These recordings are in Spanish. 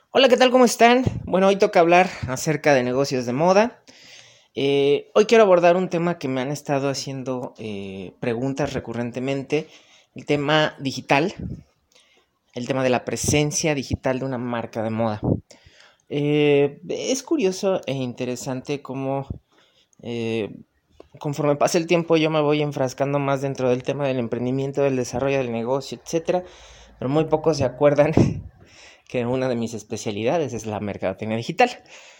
Hola, ¿qué tal? ¿Cómo están? Bueno, hoy toca hablar acerca de negocios de moda. Hoy quiero abordar un tema que me han estado haciendo preguntas recurrentemente, el tema digital, el tema de la presencia digital de una marca de moda. Es curioso e interesante cómo eh, conforme pasa el tiempo yo me voy enfrascando más dentro del tema del emprendimiento, del desarrollo del negocio, etcétera, pero muy pocos se acuerdan que una de mis especialidades es la mercadotecnia digital.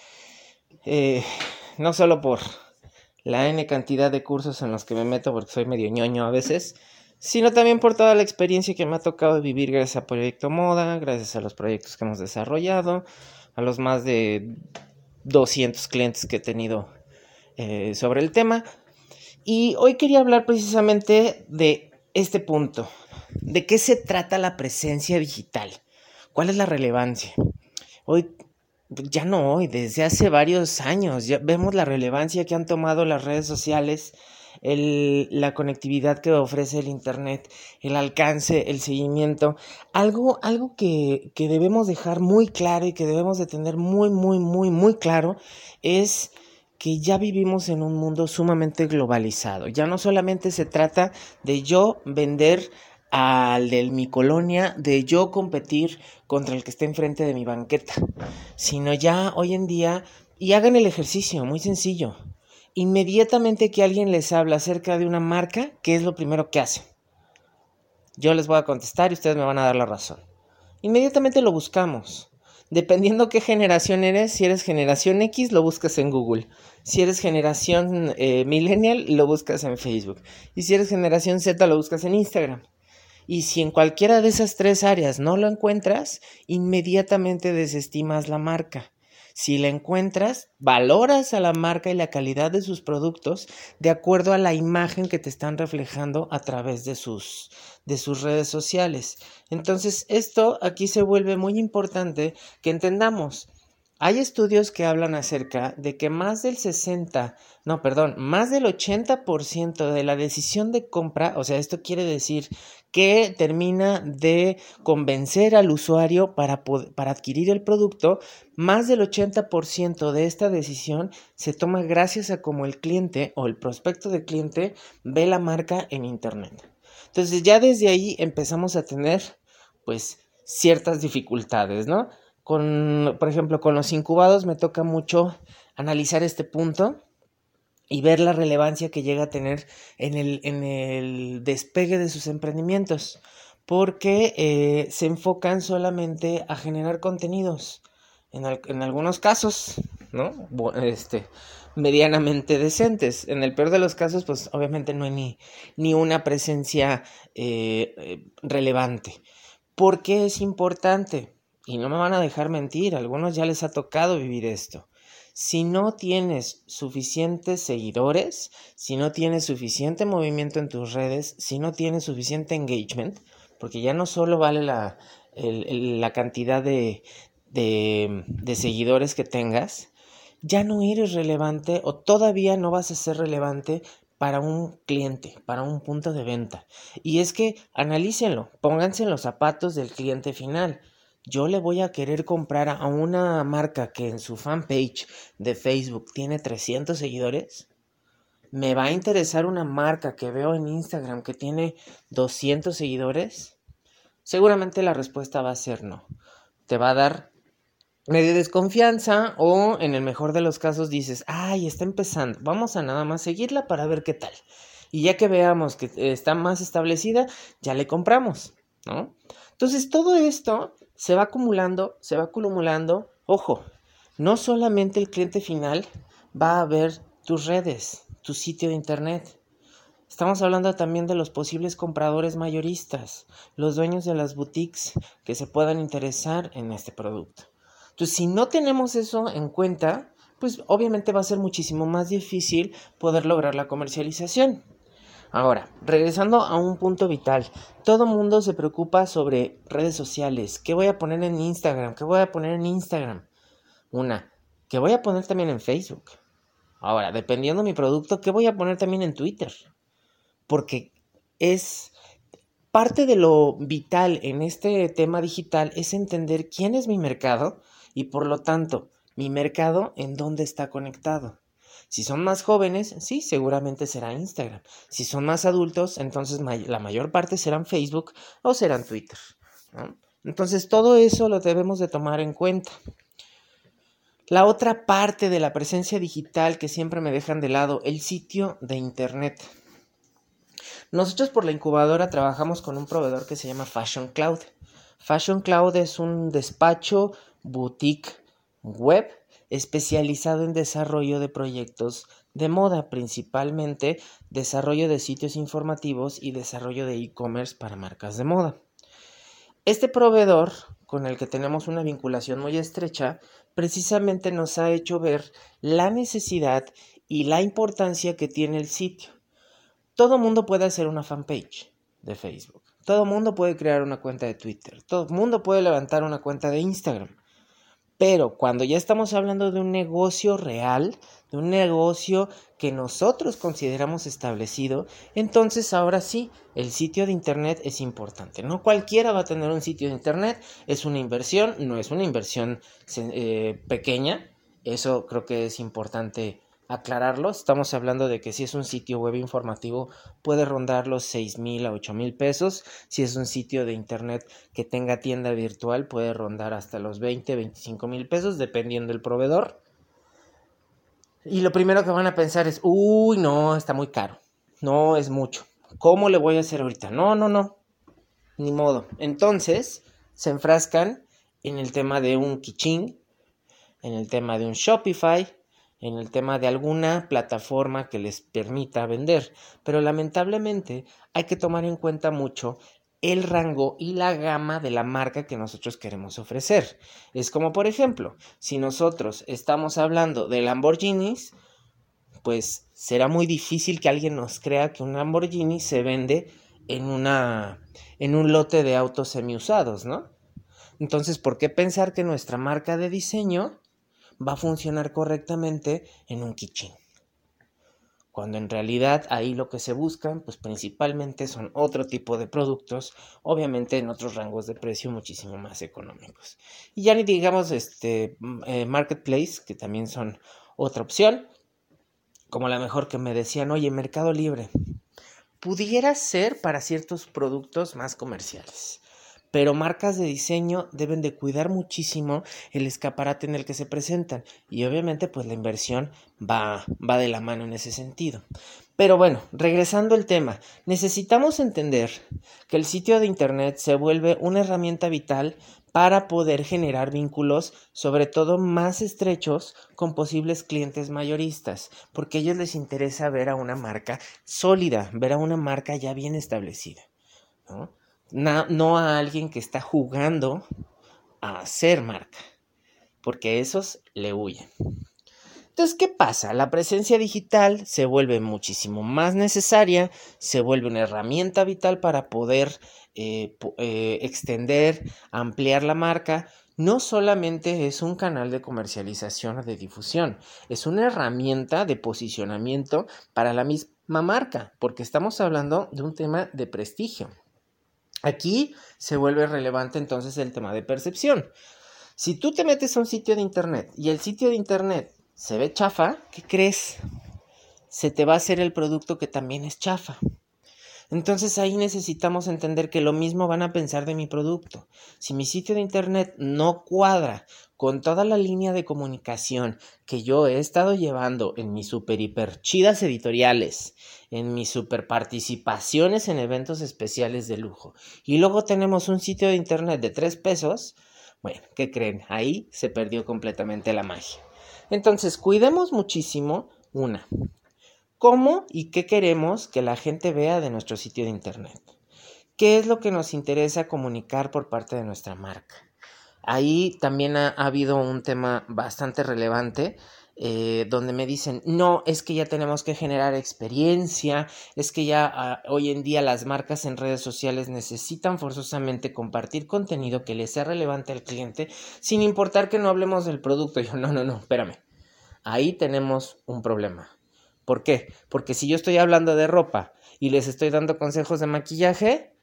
Eh, no solo por la N cantidad de cursos en los que me meto, porque soy medio ñoño a veces, sino también por toda la experiencia que me ha tocado vivir gracias a Proyecto Moda, gracias a los proyectos que hemos desarrollado, a los más de 200 clientes que he tenido sobre el tema. Y hoy quería hablar precisamente de este punto. ¿De qué se trata la presencia digital? ¿Cuál es la relevancia? Hoy, ya no hoy, desde hace varios años, ya vemos la relevancia que han tomado las redes sociales, la conectividad que ofrece el Internet, el alcance, el seguimiento. Algo que debemos dejar muy claro y que debemos de tener muy claro es que ya vivimos en un mundo sumamente globalizado. Ya no solamente se trata de yo vender al de mi colonia, de yo competir contra el que esté enfrente de mi banqueta, sino ya hoy en día, y hagan el ejercicio, muy sencillo. Inmediatamente que alguien les habla acerca de una marca, ¿qué es lo primero que hacen? Yo les voy a contestar y ustedes me van a dar la razón. Inmediatamente lo buscamos. Dependiendo qué generación eres, si eres generación X, lo buscas en Google. Si eres generación millennial, lo buscas en Facebook. Y si eres generación Z, lo buscas en Instagram. Y si en cualquiera de esas tres áreas no lo encuentras, inmediatamente desestimas la marca. Si la encuentras, valoras a la marca y la calidad de sus productos de acuerdo a la imagen que te están reflejando a través de sus redes sociales. Entonces, esto aquí se vuelve muy importante que entendamos. Hay estudios que hablan acerca de que más del 80% de la decisión de compra, o sea, esto quiere decir que termina de convencer al usuario para adquirir el producto, más del 80% de esta decisión se toma gracias a cómo el cliente o el prospecto de cliente ve la marca en internet. Entonces ya desde ahí empezamos a tener pues ciertas dificultades, ¿no? Por ejemplo, con los incubados me toca mucho analizar este punto y ver la relevancia que llega a tener en el despegue de sus emprendimientos, porque se enfocan solamente a generar contenidos, en algunos casos, ¿no? Medianamente decentes. En el peor de los casos, pues obviamente no hay ni una presencia relevante. ¿Por qué es importante? Y no me van a dejar mentir, a algunos ya les ha tocado vivir esto. Si no tienes suficientes seguidores, si no tienes suficiente movimiento en tus redes, si no tienes suficiente engagement, porque ya no solo vale la cantidad de seguidores que tengas, ya no eres relevante o todavía no vas a ser relevante para un cliente, para un punto de venta. Y es que analícenlo, pónganse en los zapatos del cliente final. Yo le voy a querer comprar a una marca que en su fanpage de Facebook tiene 300 seguidores. ¿Me va a interesar una marca que veo en Instagram que tiene 200 seguidores? Seguramente la respuesta va a ser no. Te va a dar medio desconfianza o en el mejor de los casos dices, ay, está empezando, vamos a nada más seguirla para ver qué tal. Y ya que veamos que está más establecida, ya le compramos, ¿no? Entonces todo esto se va acumulando. Ojo, no solamente el cliente final va a ver tus redes, tu sitio de internet. Estamos hablando también de los posibles compradores mayoristas, los dueños de las boutiques que se puedan interesar en este producto. Entonces, si no tenemos eso en cuenta, pues obviamente va a ser muchísimo más difícil poder lograr la comercialización. Ahora, regresando a un punto vital, todo mundo se preocupa sobre redes sociales. ¿Qué voy a poner en Instagram? ¿Qué voy a poner en Instagram? ¿Qué voy a poner también en Facebook? Ahora, dependiendo de mi producto, ¿qué voy a poner también en Twitter? Porque es Parte de lo vital en este tema digital es entender quién es mi mercado y por lo tanto, mi mercado en dónde está conectado. Si son más jóvenes, sí, seguramente será Instagram. Si son más adultos, entonces la mayor parte serán Facebook o serán Twitter, ¿no? Entonces todo eso lo debemos de tomar en cuenta. La otra parte de la presencia digital que siempre me dejan de lado, el sitio de internet. Nosotros por la incubadora trabajamos con un proveedor que se llama Fashion Cloud. Fashion Cloud es un despacho boutique web especializado en desarrollo de proyectos de moda, principalmente desarrollo de sitios informativos y desarrollo de e-commerce para marcas de moda. Este proveedor, con el que tenemos una vinculación muy estrecha, precisamente nos ha hecho ver la necesidad y la importancia que tiene el sitio. Todo mundo puede hacer una fanpage de Facebook. Todo mundo puede crear una cuenta de Twitter. Todo mundo puede levantar una cuenta de Instagram. Pero cuando ya estamos hablando de un negocio real, de un negocio que nosotros consideramos establecido, entonces ahora sí, el sitio de internet es importante. No cualquiera va a tener un sitio de internet, es una inversión, no es una inversión pequeña. Eso creo que es importante aclararlo. Estamos hablando de que si es un sitio web informativo puede rondar los 6,000 a 8,000 pesos. Si es un sitio de internet que tenga tienda virtual puede rondar hasta los 20, 25,000 pesos dependiendo del proveedor. Y lo primero que van a pensar es, uy, no, está muy caro. No, es mucho. ¿Cómo le voy a hacer ahorita? No, ni modo. Entonces se enfrascan en el tema de un Kiching, en el tema de un Shopify, en el tema de alguna plataforma que les permita vender. Pero lamentablemente hay que tomar en cuenta mucho el rango y la gama de la marca que nosotros queremos ofrecer. Es como, por ejemplo, si nosotros estamos hablando de Lamborghinis, pues será muy difícil que alguien nos crea que un Lamborghini se vende en un lote de autos semiusados, ¿no? Entonces, ¿por qué pensar que nuestra marca de diseño va a funcionar correctamente en un kitchen? Cuando en realidad ahí lo que se buscan, pues principalmente son otro tipo de productos, obviamente en otros rangos de precio muchísimo más económicos. Y ya ni digamos Marketplace, que también son otra opción, como la mejor que me decían, oye, Mercado Libre, pudiera ser para ciertos productos más comerciales. Pero marcas de diseño deben de cuidar muchísimo el escaparate en el que se presentan y obviamente pues la inversión va de la mano en ese sentido. Pero bueno, regresando al tema, necesitamos entender que el sitio de internet se vuelve una herramienta vital para poder generar vínculos, sobre todo más estrechos, con posibles clientes mayoristas, porque a ellos les interesa ver a una marca sólida, ver a una marca ya bien establecida, ¿no? No a alguien que está jugando a hacer marca, porque esos le huyen. Entonces, ¿qué pasa? La presencia digital se vuelve muchísimo más necesaria, se vuelve una herramienta vital para poder extender, ampliar la marca. No solamente es un canal de comercialización o de difusión, es una herramienta de posicionamiento para la misma marca, porque estamos hablando de un tema de prestigio. Aquí se vuelve relevante entonces el tema de percepción. Si tú te metes a un sitio de internet y el sitio de internet se ve chafa, ¿qué crees? Se te va a hacer el producto que también es chafa. Entonces ahí necesitamos entender que lo mismo van a pensar de mi producto. Si mi sitio de internet no cuadra con toda la línea de comunicación que yo he estado llevando en mis super hiper chidas editoriales, en mis super participaciones en eventos especiales de lujo, y luego tenemos un sitio de internet de 3 pesos, bueno, ¿qué creen? Ahí se perdió completamente la magia. Entonces cuidemos muchísimo ¿cómo y qué queremos que la gente vea de nuestro sitio de internet? ¿Qué es lo que nos interesa comunicar por parte de nuestra marca? Ahí también ha habido un tema bastante relevante donde me dicen, no, es que ya tenemos que generar experiencia, es que ya hoy en día las marcas en redes sociales necesitan forzosamente compartir contenido que les sea relevante al cliente, sin importar que no hablemos del producto. Yo, no, espérame, ahí tenemos un problema. ¿Por qué? Porque si yo estoy hablando de ropa y les estoy dando consejos de maquillaje,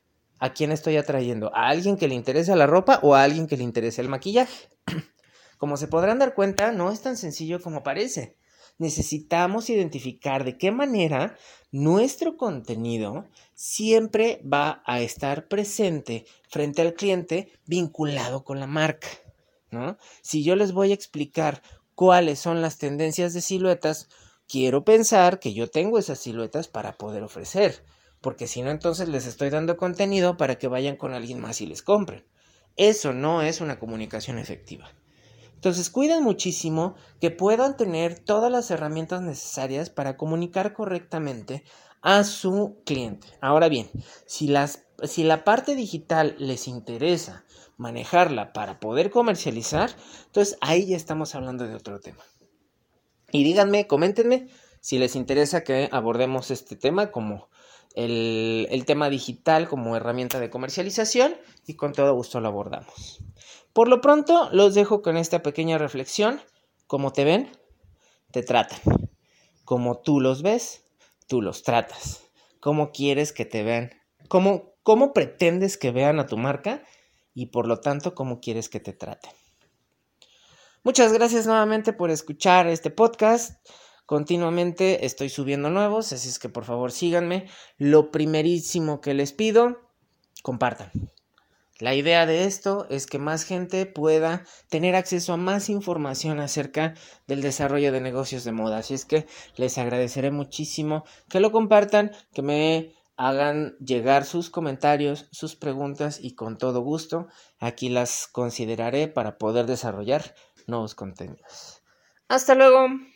¿a quién estoy atrayendo? ¿A alguien que le interesa la ropa o a alguien que le interesa el maquillaje? Como se podrán dar cuenta, no es tan sencillo como parece. Necesitamos identificar de qué manera nuestro contenido siempre va a estar presente frente al cliente vinculado con la marca, ¿no? Si yo les voy a explicar cuáles son las tendencias de siluetas, quiero pensar que yo tengo esas siluetas para poder ofrecer, porque si no, entonces les estoy dando contenido para que vayan con alguien más y les compren. Eso no es una comunicación efectiva. Entonces, cuiden muchísimo que puedan tener todas las herramientas necesarias para comunicar correctamente a su cliente. Ahora bien, si la parte digital les interesa manejarla para poder comercializar, entonces ahí ya estamos hablando de otro tema. Y díganme, coméntenme si les interesa que abordemos este tema como el tema digital como herramienta de comercialización, y con todo gusto lo abordamos. Por lo pronto, los dejo con esta pequeña reflexión. Como te ven, te tratan. Como tú los ves, tú los tratas. ¿Cómo quieres que te vean? ¿Cómo pretendes que vean a tu marca? Y por lo tanto, ¿cómo quieres que te traten? Muchas gracias nuevamente por escuchar este podcast. Continuamente estoy subiendo nuevos, así es que por favor síganme. Lo primerísimo que les pido, compartan. La idea de esto es que más gente pueda tener acceso a más información acerca del desarrollo de negocios de moda. Así es que les agradeceré muchísimo que lo compartan, que me hagan llegar sus comentarios, sus preguntas, y con todo gusto aquí las consideraré para poder desarrollar nuevos contenidos. Hasta luego.